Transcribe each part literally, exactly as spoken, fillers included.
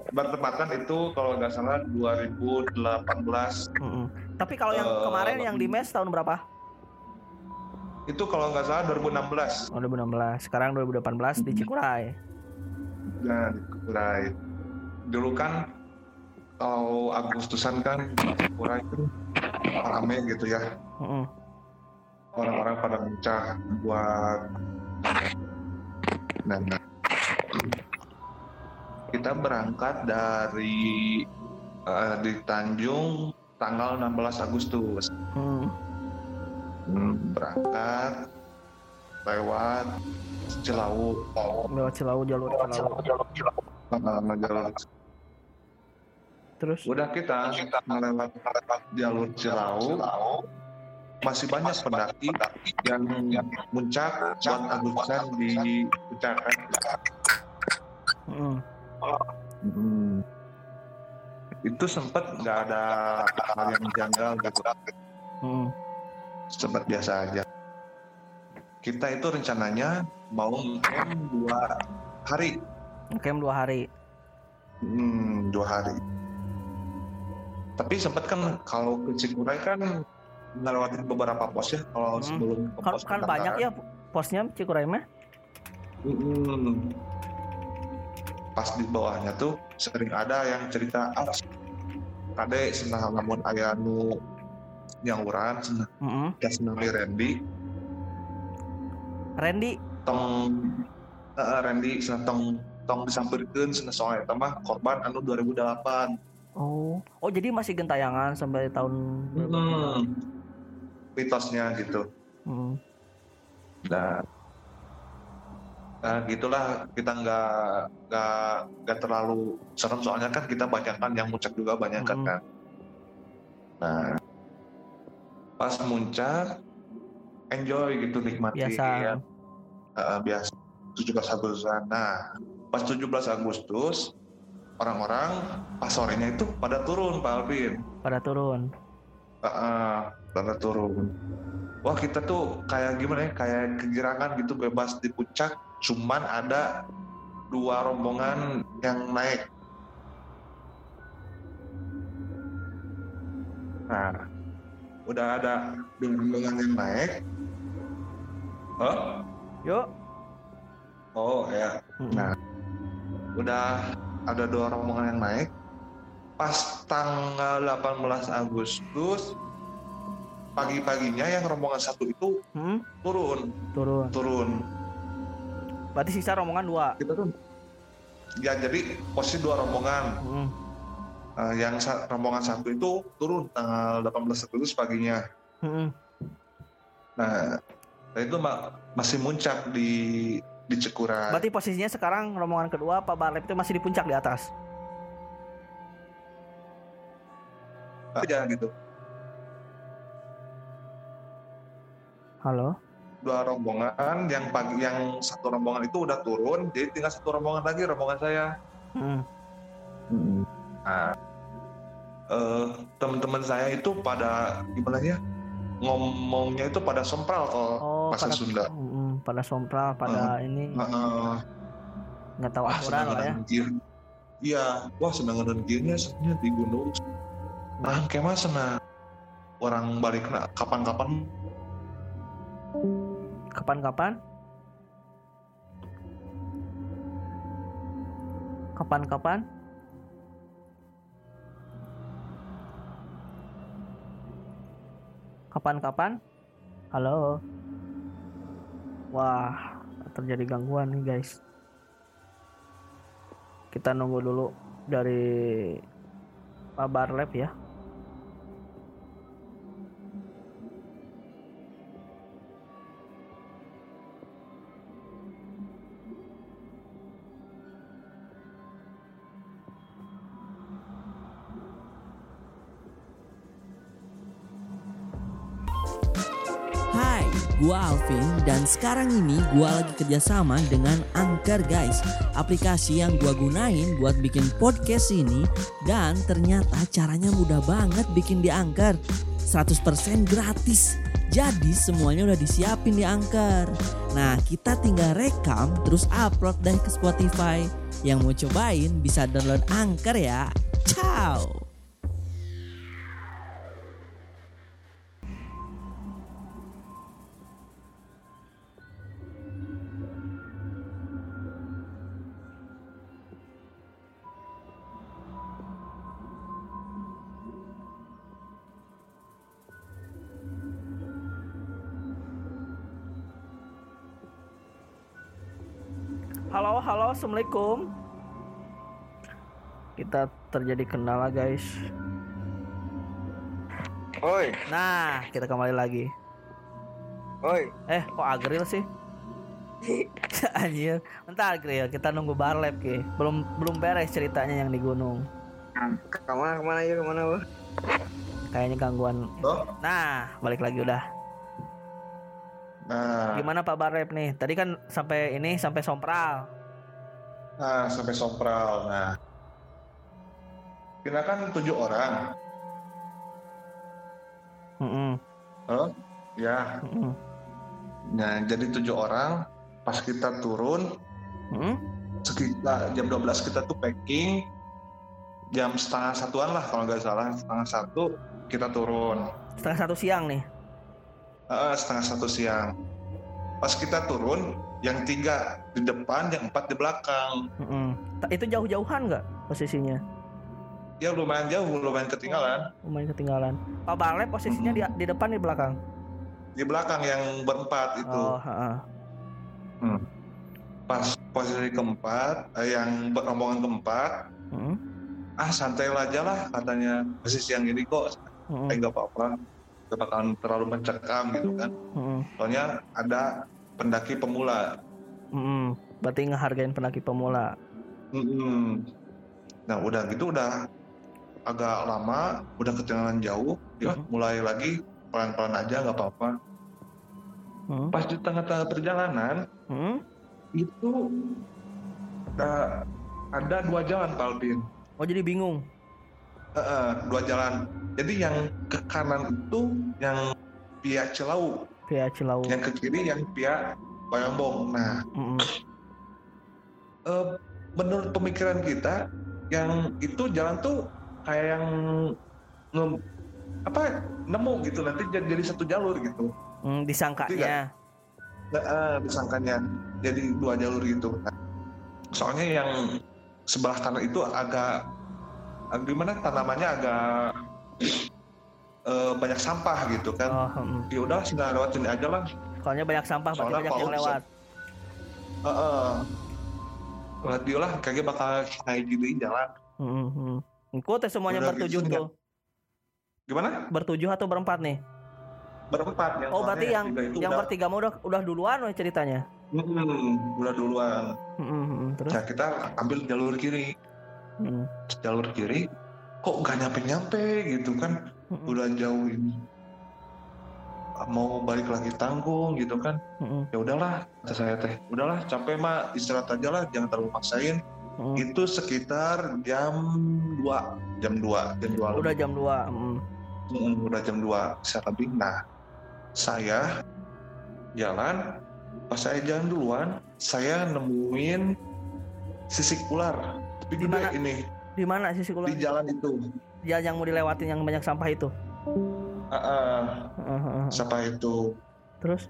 bertepatan itu kalau nggak salah dua ribu delapan belas. Mm-mm. Tapi kalau yang Uh, kemarin yang di mes tahun berapa? Itu kalau nggak salah dua ribu enam belas. Oh, dua ribu enam belas. Sekarang dua ribu delapan belas di Cikuray. Nah, di Cikuray. Dulu kan kalau Agustusan kan di Cikuray itu rame gitu ya. Mm-mm. Orang-orang pada mencah buat nah, nah. Kita berangkat dari uh, di Tanjung tanggal enam belas Agustus. Hmm. Hmm, berangkat lewat Cilawu. Lewat Cilawu, jalur Cilawu. Uh, jalur. Terus? Udah kita melewat jalur Cilawu. Masih banyak pendaki yang muncak buat Agustusan di puncak. Hmm. Hmm. Itu sempat nggak ada hal yang janggal gitu. Hmm. Sempat biasa aja. Kita itu rencananya mau ngecamp dua hari. Ngecamp dua hari. Hmm, dua hari. Tapi sempat kan kalau ke Cikuray kan ngelewatin beberapa pos ya kalau hmm. sebelum ke pos kan banyak ya posnya Cikuray mah. Hmm. Pas di bawahnya tuh sering ada yang cerita ah, kade senang namun aya nu yang uran senang mm-hmm. ya senang di Randy Randy tong uh, Randy senang tong tong disamperkeun senang soalnya eta mah korban anu dua ribu delapan. Oh oh jadi masih gentayangan sampai tahun hmm. mitosnya gitu. hmm. Nah Nah gitulah, kita nggak nggak nggak terlalu serem soalnya kan kita banyak kan yang muncak juga banyak kan. Mm-hmm. Nah pas muncak enjoy gitu, nikmati biasa. Ya uh, biasa tujuh belas Agustusan. Nah pas tujuh belas Agustus orang-orang pas sorenya itu pada turun Pak Alvin. Pada turun. Uh, uh, pada turun. Wah kita tuh kayak gimana ya, kayak kegirangan gitu, bebas di puncak. Cuman ada dua rombongan yang naik. Nah, udah ada dua rombongan yang naik. Oh? Yuk. Oh ya. Mm-hmm. Nah, udah ada dua rombongan yang naik. Pas tanggal delapan belas Agustus pagi-paginya yang rombongan satu itu hmm? turun. Turun. Turun. Berarti sisa rombongan dua. Kita tuh. Ya jadi posisi dua rombongan. Hmm. Uh, yang sa- rombongan satu itu turun tanggal delapan belas Agustus paginya. Hmm. Nah, itu ma- masih muncak di di Cikuray. Berarti posisinya sekarang rombongan kedua Pak Barlep itu masih di puncak di atas. Aja gitu. Halo. Dua rombongan, yang pagi yang satu rombongan itu udah turun, jadi tinggal satu rombongan lagi, rombongan saya. Hmm. Hmm. Nah, uh, teman-teman saya itu pada gimana ya, ngomongnya itu pada sompral kalau oh, bahasa pada, Sunda. Mm, pada sompral, pada uh, ini nggak uh, tahu aturan lah ya. Iya, wah senangan gini sebenarnya di gunung. Nah, kayak mas senang orang balik na kapan-kapan. Kapan-kapan? Kapan-kapan? Kapan-kapan? Halo. Wah, terjadi gangguan nih guys. Kita nunggu dulu dari Pak Barlep ya. Gua Alvin dan sekarang ini gua lagi kerjasama dengan Anchor guys, aplikasi yang gua gunain buat bikin podcast ini, dan ternyata caranya mudah banget bikin di Anchor, seratus persen gratis. Jadi semuanya udah disiapin di Anchor. Nah kita tinggal rekam terus upload deh ke Spotify. Yang mau cobain bisa download Anchor ya. Ciao. Halo, halo, assalamualaikum. Kita terjadi kendala guys. Oi, Nah, kita kembali lagi. oi. Eh, kok Agril sih? Anjir. Bentar Agril, kita nunggu Barlep Ki. Belum belum beres ceritanya yang di gunung. Kemana kemana ya kemana bu? Kayaknya gangguan. Oh, Nah, balik lagi udah. nah, Gimana Pak Barlep nih? Tadi kan sampai ini sampai Sompral. nah sampai Sompral. Nah, kita kan tujuh orang. Heeh. Oh, ya. Heeh. Nah, jadi tujuh orang. Pas kita turun, Heeh. sekitar jam dua belas kita tuh packing. Jam setengah satuan lah kalau nggak salah, setengah satu kita turun. Setengah satu siang nih. Uh, setengah satu siang. Pas kita turun, yang tiga di depan, yang empat di belakang. Heeh. Itu jauh-jauhan nggak posisinya? Ya lumayan jauh, lumayan ketinggalan. Lumayan ketinggalan. Pak Barlep posisinya di di depan di belakang. Di belakang yang berempat itu. Oh, heeh. Hmm. Pas posisi keempat, eh, yang rombongan keempat, Heeh. ah santai aja lah katanya. Posisi yang ini kok, Heeh. eh nggak apa-apa, nggak bakalan terlalu mencekam gitu kan. Heeh. Soalnya ada pendaki pemula. Heeh. Berarti ngehargain pendaki pemula. Mm-mm. Nah udah gitu udah agak lama, udah ketinggalan jauh, ya Mhm. mulai lagi pelan-pelan aja nggak apa-apa. Heeh. Pas di tengah-tengah perjalanan Heeh. itu ada ada dua jalan Pak Alvin. Oh, jadi bingung. Eh, eh, dua jalan. Jadi yang ke kanan itu yang via Cilau, Via Cilau. yang ke kiri yang via Bayambong. Nah, Heeh. eh, menurut pemikiran kita, yang itu jalan tuh kayak yang nge- apa nemu gitu nanti jadi, jadi satu jalur gitu. Hmm, disangkanya. Nah, eh, disangkanya jadi dua jalur gitu. Nah, soalnya yang sebelah kanan itu agak, agak gimana tanamannya agak eh, banyak sampah gitu kan. Oh, heeh. Ya udah sih nggak lewat sini aja lah. Soalnya banyak sampah, berarti Soalnya banyak kalau yang lewat. Eh, eh. Lewat dia lah kayaknya bakal kayak gini jalan. Heeh. Heeh. Engkau teh semuanya Udah bertujuh gitu, tuh. Gimana? Bertujuh atau berempat nih? Berempat yang Oh, berarti yang tiga itu yang udah, bertiga mau udah udah duluan weh ceritanya. Mm-mm, udah duluan. Heeh. Heeh. Terus? Nah kita ambil jalur kiri. Heeh. Jalur kiri kok nggak nyampe-nyampe gitu kan. Heeh. Udah jauh ini. Mau balik lagi tanggung gitu kan. Heeh. Ya udahlah kata saya teh. Udahlah capek mah istirahat aja lah, jangan terlalu maksain. Heeh. Itu sekitar jam dua, jam dua, jam dua. Udah jam dua. Heeh. Mm, udah jam dua saya lebih. Nah, saya jalan, pas saya jalan duluan, saya nemuin sisik ular. Tapi Di gede mana? ini Di mana sisi di kulon? jalan itu. Jalan yang mau dilewatin yang banyak sampah itu. Ah, ah, Heeh. Heeh. siapa itu? Terus?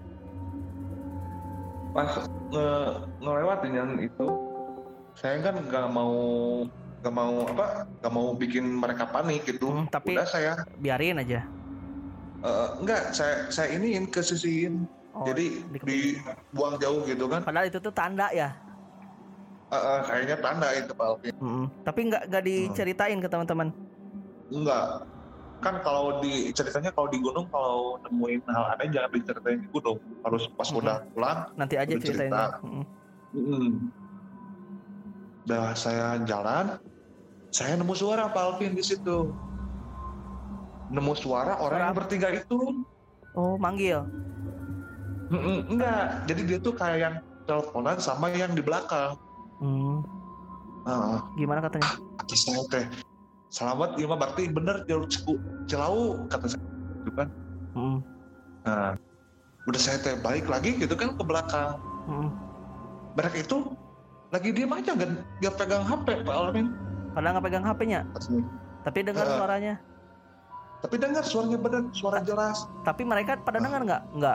Pas nge ngelewatin yang itu, saya kan nggak mau nggak mau apa nggak mau bikin mereka panik gitu. Hmm, tapi Udah saya biarin aja. eh, nggak saya saya iniin ke sisiin. Oh, Jadi dikepukin. dibuang jauh gitu kan. Padahal itu tuh tanda ya. Eh, eh, kayaknya tanda itu Pak Alvin. Mm-mm. Tapi nggak nggak diceritain ke teman-teman. Enggak. Kan kalau di ceritanya kalau di gunung kalau nemuin hal aneh jangan diceritain di gunung. Harus pas Mm-mm. udah pulang. Nanti aja Udah ceritain. cerita. Mm-mm. Mm-mm. Udah saya jalan, saya nemu suara Pak Alvin di situ. Nemu suara orang yang bertiga itu. Oh, manggil. Mm-mm, enggak. Jadi dia tuh kayak yang teleponan sama yang di belakang. Hmm. Heeh. Gimana katanya? Kata saya teh, selamat ya berarti bener jalur Ciku- Cilau kata saya gitu kan. Mm. Nah, udah saya teh balik lagi gitu kan ke belakang. Mm. Mereka itu lagi diem aja nggak nggak pegang H P Pak Alvin. Padahal nggak pegang H P-nya. Tapi dengar uh, suaranya. Tapi dengar suaranya benar, suara Ta- jelas. Tapi mereka pada uh. dengar nggak? Nggak.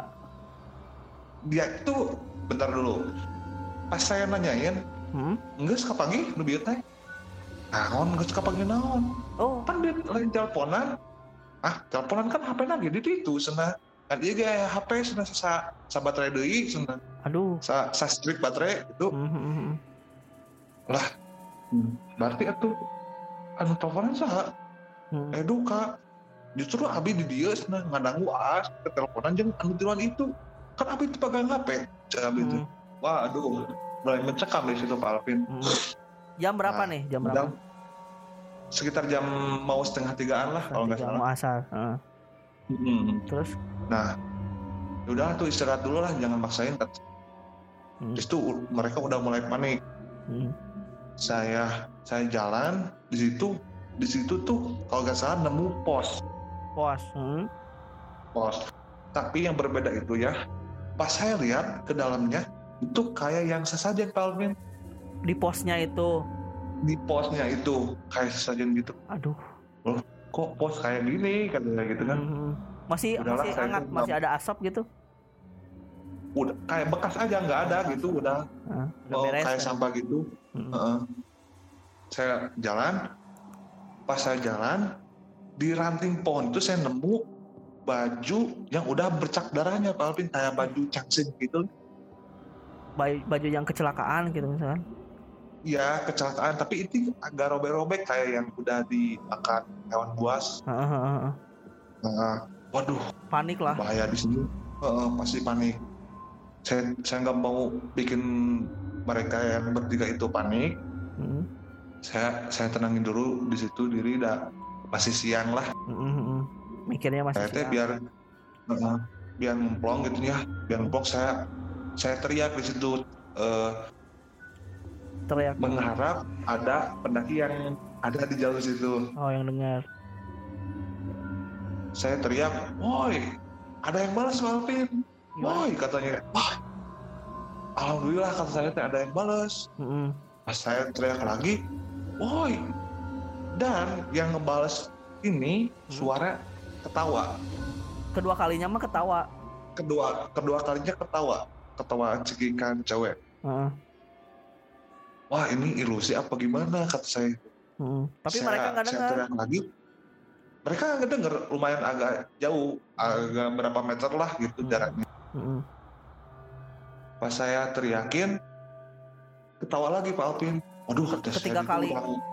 Dia itu bentar dulu. Pas saya nanyain, hmm? Nggak sekapagi lebih teh. Naon nggak sekapagi naon. Oh, kan dia lain teleponan. Ah, teleponan kan H P lagi di situ senang. Kan dia gaya H P senang sa sa baterai deui senang. Aduh. Sa sa strip baterai itu. Mm-hmm. Lah, berarti atuh anu teleponan saha? Hmm. Eh duka. Justru abi di dieu senang ngadanggu as ke teleponan jeung anu tiluan itu. Kan abi teu pegang H P. Cak abi itu. Hmm. Wah, aduh. Mulai mencekam di situ Pak Alvin. Hmm. Jam berapa nah, nih? Jam berapa? Jam, sekitar jam mau setengah tigaan lah kalau nggak salah. Mau asar. Uh. Hmm. Terus? Nah, udah tuh istirahat dulu lah, jangan maksain. Hmm. Terus tuh mereka udah mulai panik. Hmm. Saya saya jalan di situ, di situ tuh kalau nggak salah nemu pos. Pos. Hmm. Pos. Tapi yang berbeda itu ya, pas saya lihat ke dalamnya itu kayak yang sesajen Pak Alvin. Di posnya itu. Di posnya itu kayak sesajen gitu. Aduh. Loh, kok pos kayak gini katanya gitu kan. Hmm. Masih Udahlah, masih hangat, masih ada asap gitu. Udah kayak bekas aja nggak ada bekas. Gitu udah. Nah, udah oh, beres, kayak kan? Sampah gitu. Hmm. Uh-uh. Saya jalan, pas saya jalan di ranting pohon itu saya nemu baju yang udah bercak darahnya Pak Alvin, kayak baju cangsin gitu. Baju yang kecelakaan gitu misalkan. Iya kecelakaan, tapi itu agak robek-robek kayak yang udah dimakan hewan buas. Uh-huh. Nah, waduh. Panik lah. Bahaya di sini. Uh, pasti panik. Saya saya nggak mau bikin mereka yang bertiga itu panik. Uh-huh. Saya saya tenangin dulu di situ diri, dah masih siang lah. Uh-huh. Mikirnya masih siang. Biar uh, biar ngemplong gitu ya, biar ngemplong saya saya teriak di situ. Uh, teriak mengharap ada pendaki yang ada di jalur situ. Oh, yang dengar. Saya teriak, "Woi, ada yang balas Alvin." "Woi," katanya. Wah, alhamdulillah kata saya ada yang balas. Mm-hmm. Pas saya teriak lagi, "Woi." Dan yang ngebales ini suara ketawa. Kedua kalinya mah ketawa. Kedua kedua kalinya ketawa. Ketawa cekikan cewek. Uh-huh. Wah, ini ilusi apa gimana kata saya. Hmm. Tapi saya, mereka nggak dengar. Saya teriak lagi. Mereka nggak dengar, lumayan agak jauh, agak berapa meter lah gitu hmm. jaraknya. Hmm. Pas saya teriakin, ketawa lagi Pak Alvin. Waduh, kata saya. Ketiga kali.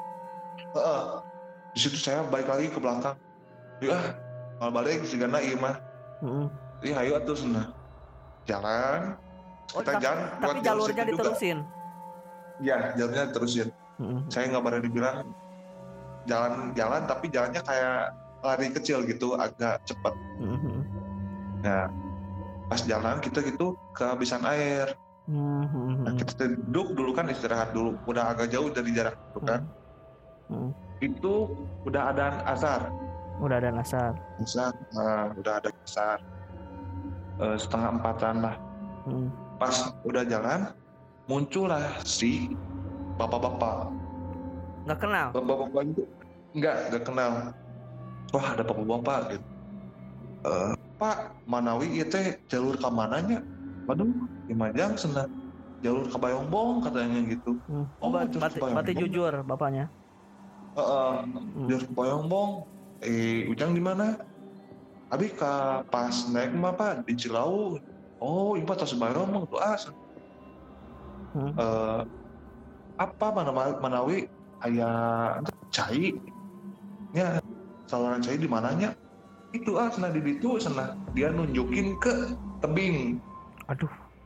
Uh, di situ saya balik lagi ke belakang. Ya, mal balik si Gana Ima. Hmm. Iya, ayo atuh sana. Jalan. Oh, kita tapi, jalan. Tapi jalurnya diterusin. Juga. Ya, jalannya terusin. Mm-hmm. Saya nggak berani bilang jalan-jalan, tapi jalannya kayak lari kecil gitu, agak cepat. Mm-hmm. Nah, pas jalan kita gitu kehabisan air. Mm-hmm. Nah, kita duduk dulu kan, istirahat dulu. Udah agak jauh dari jarak itu kan. Mm-hmm. Itu udah ada asar. Udah ada asar. Asar. Nah, udah ada asar. Uh, setengah empatan lah. Mm. Pas udah jalan, muncullah si bapak-bapak. Nggak kenal? Bapak-bapak itu nggak, nggak kenal. Wah, ada bapak-bapak gitu. Uh, Pak, Manawi itu jalur ke mananya? Waduh, di Majang sana. Jalur ke Bayongbong katanya gitu. Hmm. Oh, berarti jujur bapaknya. Uh, uh, hmm. Jalur ke Bayongbong. Eh, Ujang di mana? Abi ke pas naik mah Pak di Cilau. Oh, ini Pak tas Bayongbong tuh as. Hmm. Uh, apa mana Manawi ayah cai ya saluran cai di mananya itu ah sana di situ sana dia nunjukin ke tebing. Aduh,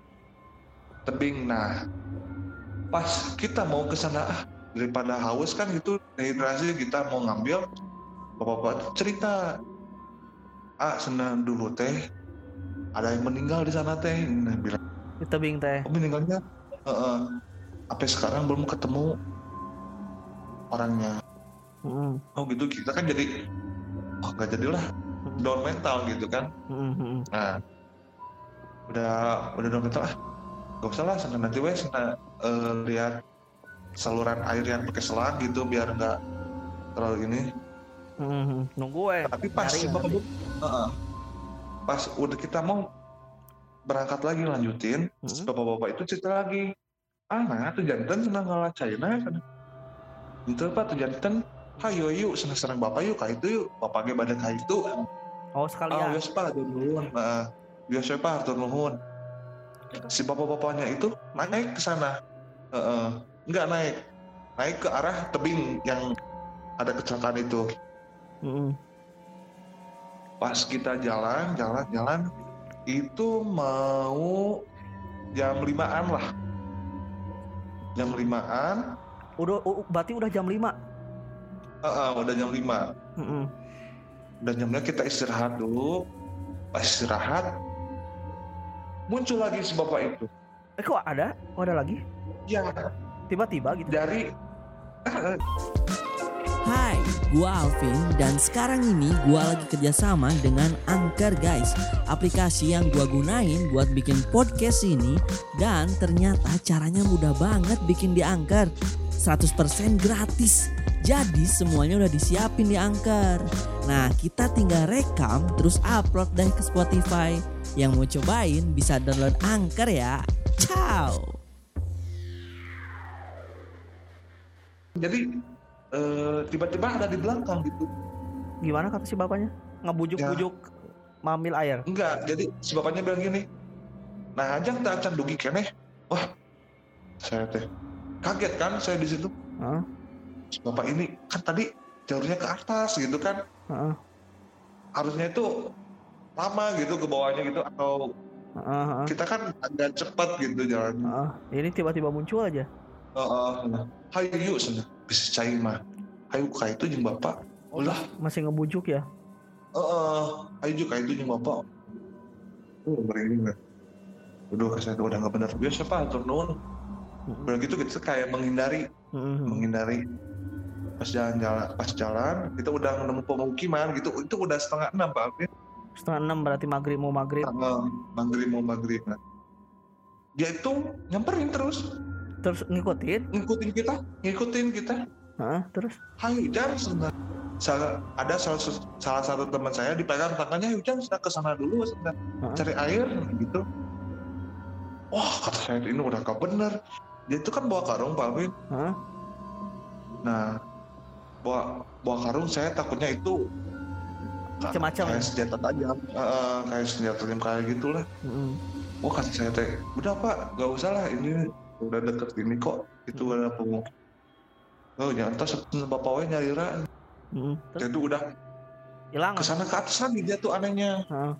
tebing. Nah pas kita mau ke sana ah daripada haus kan gitu dehidrasi, kita mau ngambil, bapak-bapak cerita ah sana dulu teh ada yang meninggal di sana teh. Nah bilang di tebing teh. Oh, meninggalnya Uh, sampai sekarang belum ketemu orangnya. Mm. Oh gitu, kita kan jadi oh nggak jadilah down mental gitu kan. Mm-hmm. Nah udah udah down mental ah nggak usah lah sana nanti wes sana uh, lihat saluran air yang pakai selang gitu biar nggak terlalu ini. Hmm, nunggu eh. Tapi pas si bapak, uh, pas udah kita mau berangkat lagi lanjutin, hmm. si bapak-bapak itu cerita lagi, ah nah tuh jantan senang ngalah China kan, itu apa tuh jantan, hayo yuk senang-senang bapak yuk kayak itu yuk, bapaknya badan kayak itu. Oh sekalian. Oh biasa pak, atur nuhun, nah, biasa pak atur nuhun. Si bapak-bapaknya itu naik ke sana, uh, uh, nggak naik, naik ke arah tebing yang ada kecelakaan itu. Mm-hmm. Pas kita jalan, jalan, jalan, itu mau jam limaan lah, jam limaan. Udah, uh, berarti udah jam lima. Uh, uh, udah jam lima. Mm-hmm. Dan jamnya kita istirahat dulu. Pas istirahat, muncul lagi si bapak itu. Eh kok ada? Kok ada lagi? Ya. Tiba-tiba gitu. Dari. Uh, Hai, gua Alvin dan sekarang ini gua lagi kerjasama dengan Anchor guys, aplikasi yang gua gunain buat bikin podcast ini dan ternyata caranya mudah banget bikin di Anchor, seratus persen gratis. Jadi semuanya udah disiapin di Anchor. Nah kita tinggal rekam terus upload deh ke Spotify. Yang mau cobain bisa download Anchor ya. Ciao. Jadi Uh, tiba-tiba ada di belakang gitu. Gimana kata si bapaknya? Ngebujuk-bujuk ya. Mamil air? Enggak, jadi si bapaknya bilang gini, nah ajang tak acan dugi keneh. Wah, saya teh kaget kan saya di situ. Huh? Si bapak ini kan tadi jalurnya ke atas gitu kan. Uh-uh. Harusnya itu lama gitu ke bawahnya gitu atau uh-huh. kita kan agak cepat gitu jalan. Uh-huh. Ini tiba-tiba muncul aja. Uh, uh, hayu yuk sana bisa cair mah, hayu kayak itu jeung bapak, oh, lah masih ngebujuk ya? Uh, uh, hayu kayak itu jeung bapak, oh merinding lah, udah saya udah nggak benar biasa pak atur nuhun, udah gitu kita kayak menghindari, mm-hmm. menghindari, pas jalan-jalan, pas jalan kita udah nemu pemukiman gitu, itu udah setengah enam pak Alvin. Setengah enam berarti maghrib mau maghrib. Uh, maghrib mau maghrib, nah. Dia itu nyamperin terus. Terus ngikutin? Ngikutin kita, ngikutin kita. Hah, terus? Hayu jangan sebentar. Salah, ada salah, salah satu teman saya dipegang tangannya, hayu jangan sudah kesana dulu, sebentar cari air gitu. Wah kata saya ini udah gak bener. Dia itu kan bawa karung Pak Alvin. Hah? Nah, bawa bawa karung saya takutnya itu macam-macam. Kayak senjata tajam, uh, kayak senjata tajam kayak gitulah. Mm-hmm. Wah kata saya teh, udah Pak, gak usah lah ini. Udah deket ini kok itu hmm. ada pemukiman. Oh nyata bapak we nyalira. Hmm. Jadi udah hilang. Kesana ke atas lagi dia tuh anehnya. Hmm.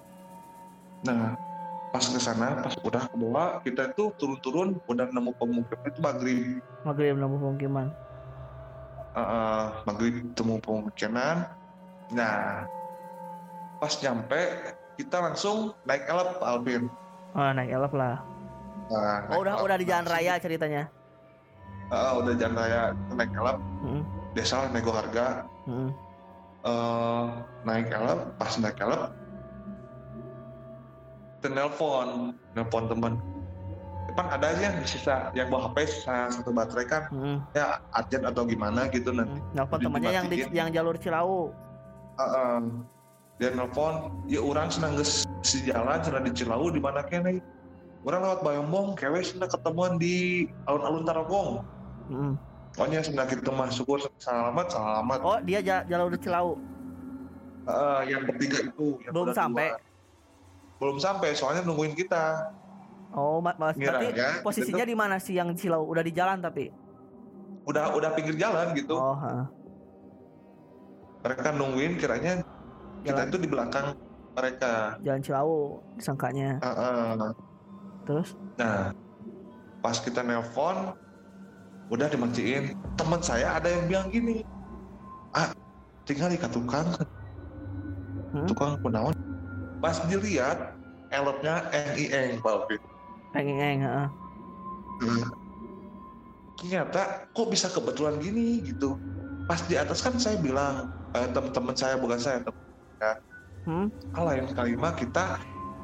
Nah pas kesana pas udah ke bawah kita itu turun-turun udah nemu pemukiman itu maghrib. Maghrib nemu pemukiman. Uh, uh, maghrib temu pemukiman. Nah pas nyampe kita langsung naik elep Pak Alvin. Oh naik elep lah. Nah, oh udah udah di jalan raya ceritanya. Uh, udah jalan raya naik elep, hmm. desa nego harga, hmm. uh, naik elep, pas naik elep, telepon, telepon teman, depan ada aja sisa yang bawa H P sisa satu baterai kan, hmm. ya arjen atau gimana gitu nanti. Hmm. Nelfon temannya yang di yang jalur Cilau. Uh, uh, dia nelfon, ya orang senang geus si jalan, senang di Cilau di mana kene. Orang lewat Bayombong, kewe sudah ketemuan di alun-alun Tarogong. Hmm. Pokoknya sudah kita mah syukur selamat selamat. Oh dia j- jalur di Cilau. Uh, yang bertiga itu. Yang belum sampai. Dua. Belum sampai, soalnya nungguin kita. Oh, mas, berarti ya, posisinya di mana sih yang Cilau? Udah di jalan tapi? Udah udah pinggir jalan gitu. Oh. Ha. Mereka nungguin, kiranya jalan. Kita itu di belakang mereka. Jalan Cilau, disangkanya. Uh, uh. Terus? Nah, pas kita nelpon, udah dimatiin. Teman saya ada yang bilang gini, ah, tinggal di tukang, hmm? tukang kunaon. Pas dilihat, elopnya eng-eng, Pak Alvin. Eng-eng, heeh. Hmm. Ternyata, kok bisa kebetulan gini gitu. Pas di atas kan saya bilang, eh, teman-teman saya bukan saya, teman saya. Hmm? Kalau yang kali mah kita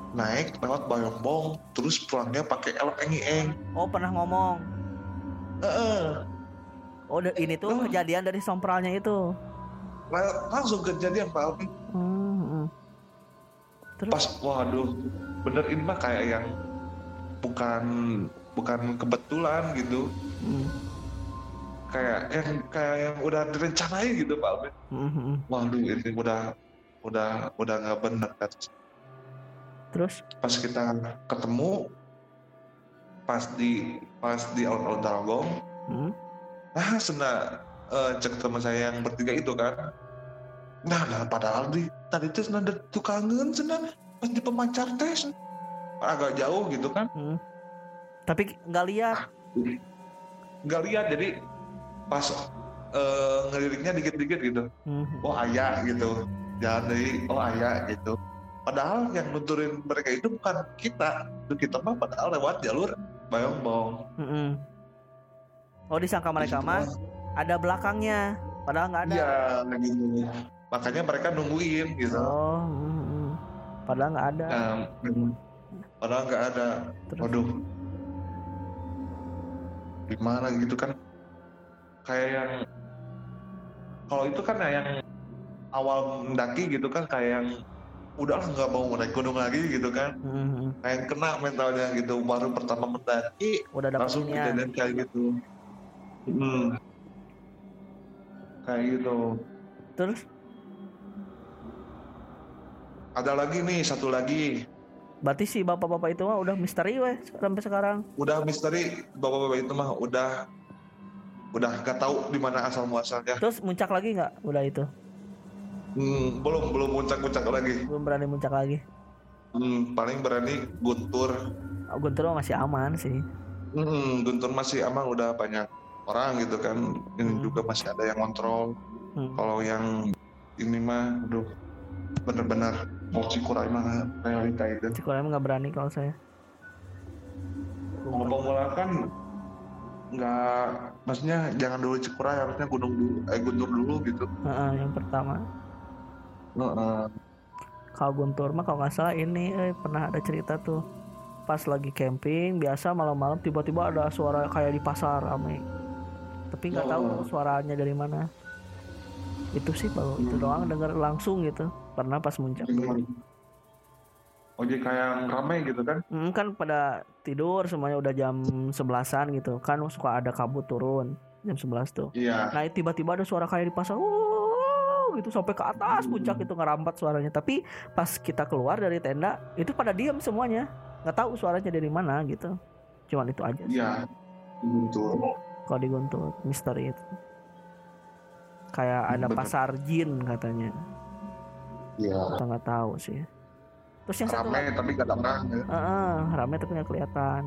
naik lewat Bayombong, terus pulangnya pakai Elok Engieng. Oh pernah ngomong. Heeh. Oh ini tuh Oh. kejadian dari sompralnya itu. Langsung kejadian Pak Alvin. Hmm, hmm. Terus? Pas waduh, bener ini mah kayak yang bukan bukan kebetulan gitu. Hmm. Kayak yang kayak yang udah direncanain gitu Pak Alvin. Hmm, hmm. Waduh ini udah udah udah nggak bener kan. Terus? Pas kita ketemu pas di pas di alun-alun Tarogong, Hmm. nah sena uh, cek teman saya yang bertiga itu kan, nah, nah padahal di tadi tuh sena ada tukangan sena pas di pemancar tes agak jauh gitu kan. Hmm. Tapi nggak lihat. Nggak lihat, jadi pas uh, ngeliriknya dikit-dikit gitu. Hmm. Oh ayah gitu, jangan dari oh ayah gitu. Padahal yang nuturin mereka itu bukan kita, itu kita mah padahal lewat jalur Bayombong. Hmm. Oh disangka mereka mah ada belakangnya, padahal nggak ada. Iya gitu. Makanya mereka nungguin gitu. Oh, hmm, hmm. Padahal nggak ada. Nah, padahal nggak ada. Terus? Waduh, gimana gitu kan? Kayak yang kalau itu kan yang awal mendaki gitu kan, kayak yang udahlah nggak mau naik gunung lagi gitu kan, Hmm. kayak yang kena mentalnya gitu. Baru pertama mendaki Udah dapat langsung ini ya. kejadian kayak gitu. Hmm. Kayak gitu. Terus? Ada lagi nih satu lagi. Berarti si bapak-bapak itu mah udah misteri weh sampai sekarang. Udah misteri, bapak-bapak itu mah udah udah gak tahu di mana asal muasalnya. Terus muncak lagi nggak? Udah itu. Hmm, belum belum muncak-muncak lagi. Belum berani muncak lagi. Hmm, paling berani Guntur. Oh, Guntur masih aman sih. Hmm, Guntur masih aman, udah banyak orang gitu kan. Ini Hmm. juga masih ada yang kontrol. Hmm. Kalau yang ini mah, aduh, bener-bener mau Cikuray mah realita itu. Cikuray nggak berani kalau saya. Kalau pemula kan nggak, maksudnya jangan dulu Cikuray, harusnya gunung dulu, eh Guntur dulu gitu. Heeh, yang pertama. Heeh. Kalau Guntur mah kalau nggak salah ini eh, pernah ada cerita tuh pas lagi camping biasa malam-malam tiba-tiba ada suara kayak di pasar rame, tapi nggak Oh. tahu suaranya dari mana. Itu sih baru itu Hmm. doang denger langsung gitu. Pernah pas muncak. Oh jadi kayak rame gitu kan? Hmm, kan pada tidur semuanya udah jam sebelasan gitu kan, suka ada kabut turun jam sebelas tuh. Iya. Nah tiba-tiba ada suara kayak di pasar, wow, gitu sampai ke atas puncak itu ngerambat suaranya. Tapi pas kita keluar dari tenda itu pada diam semuanya, nggak tahu suaranya dari mana gitu. Cuman itu aja. Iya. Guntur. Kalau di Guntur misteri itu kayak ada Bener. pasar jin katanya. Iya. Kita nggak tahu sih. Terus yang satu Rame lagi, tapi gak ada orang ya. uh, rame tapi nggak kelihatan.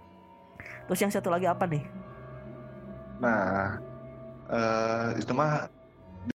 Terus yang satu lagi apa nih? Nah, eh, itu mah